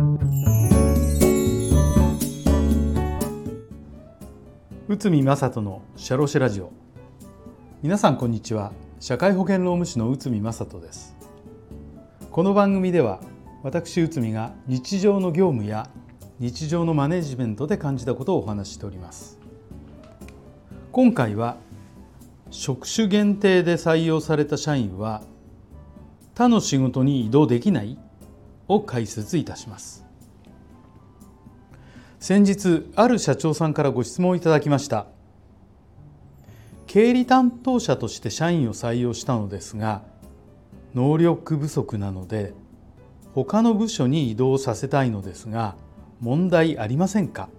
内海正人のシャロシェラジオ。皆さんこんにちは。社会保険労務士の内海正人です。この番組では私内海が日常の業務や日常のマネジメントで感じたことをお話ししております。今回は職種限定で採用された社員は他の仕事に移動できないを解説いたします。先日ある社長さんからご質問をいただきました。経理担当者として社員を採用したのですが、能力不足なので他の部署に移動させたいのですが問題ありませんか？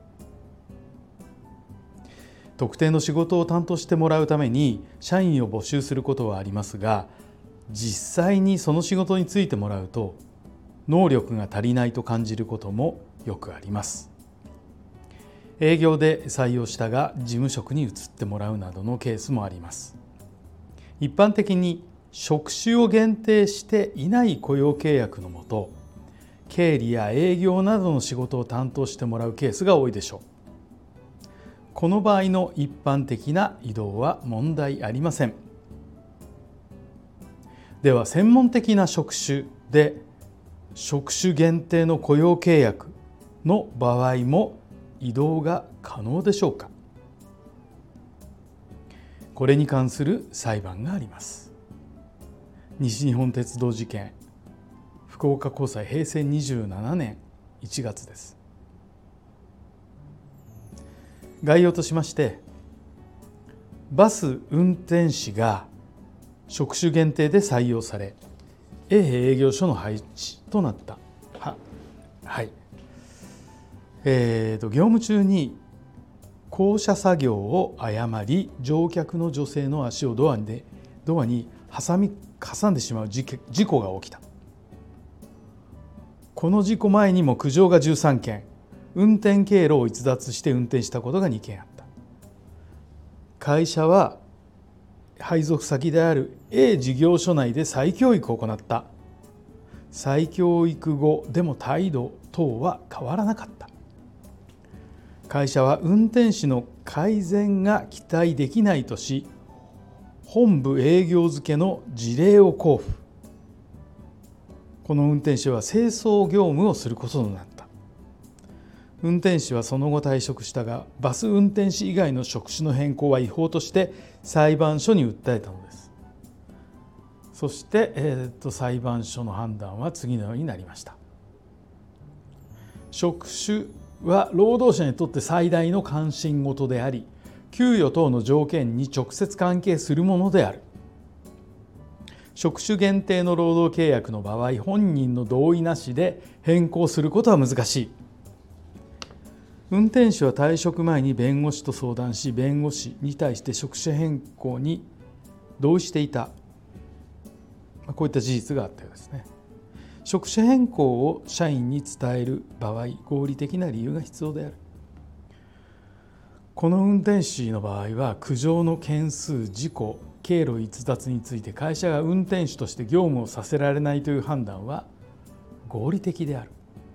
特定の仕事を担当してもらうために社員を募集することはありますが、実際にその仕事に就いてもらうと能力が足りないと感じることもよくあります。営業で採用したが事務職に移ってもらうなどのケースもあります。一般的に職種を限定していない雇用契約のもと、経理や営業などの仕事を担当してもらうケースが多いでしょう。この場合の一般的な移動は問題ありません。では専門的な職種で職種限定の雇用契約の場合も移動が可能でしょうか？これに関する裁判があります。西日本鉄道事件福岡高裁平成27年1月です。概要としまして、バス運転士が職種限定で採用され、営業所の配置となった。業務中に降車作業を誤り乗客の女性の足をドアに挟んでしまう事故が起きた。この事故前にも苦情が13件、運転経路を逸脱して運転したことが2件あった。会社は配属先である A 事業所内で再教育を行った。再教育後でも態度等は変わらなかった。会社は運転手の改善が期待できないとし、本部営業付けの辞令を交付。この運転手は清掃業務をすることとなった。運転手はその後退職したが、バス運転士以外の職種の変更は違法として裁判所に訴えたのです。そして、裁判所の判断は次のようになりました。職種は労働者にとって最大の関心事であり、給与等の条件に直接関係するものである。職種限定の労働契約の場合、本人の同意なしで変更することは難しい。運転手は退職前に弁護士と相談し、弁護士に対して職種変更に同意していた。こういった事実があったようですね。職種変更を社員に伝える場合、合理的な理由が必要である。この運転手の場合は、苦情の件数、事故、経路逸脱について会社が運転手として業務をさせられないという判断は合理的である。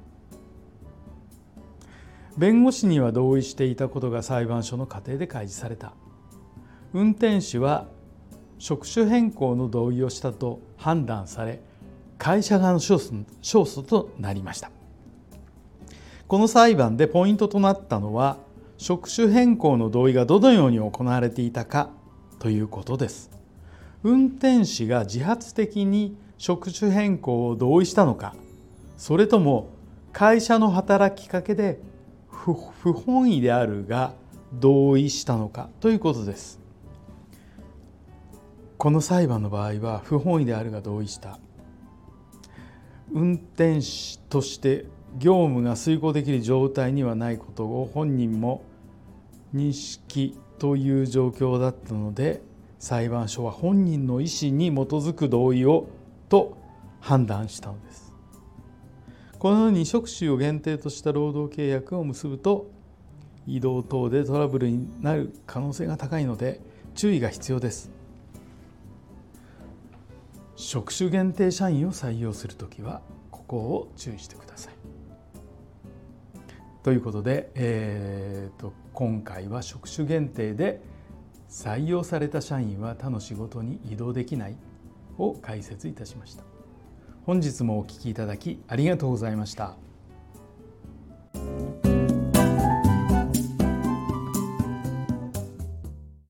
弁護士には同意していたことが裁判所の過程で開示された。運転手は職種変更の同意をしたと判断され、会社側の勝訴となりました。この裁判でポイントとなったのは、職種変更の同意がどのように行われていたかということです。運転士が自発的に職種変更を同意したのか、それとも会社の働きかけで不本意であるが同意したのかということです。この裁判の場合は不本意であるが同意した。運転手として業務が遂行できる状態にはないことを本人も認識という状況だったので、裁判所は本人の意思に基づく同意をと判断したのです。このように職種を限定とした労働契約を結ぶと、移動等でトラブルになる可能性が高いので注意が必要です。職種限定社員を採用するときはここを注意してください。 ということで、今回は職種限定で採用された社員は他の仕事に移動できないを解説いたしました。本日もお聞きいただきありがとうございました。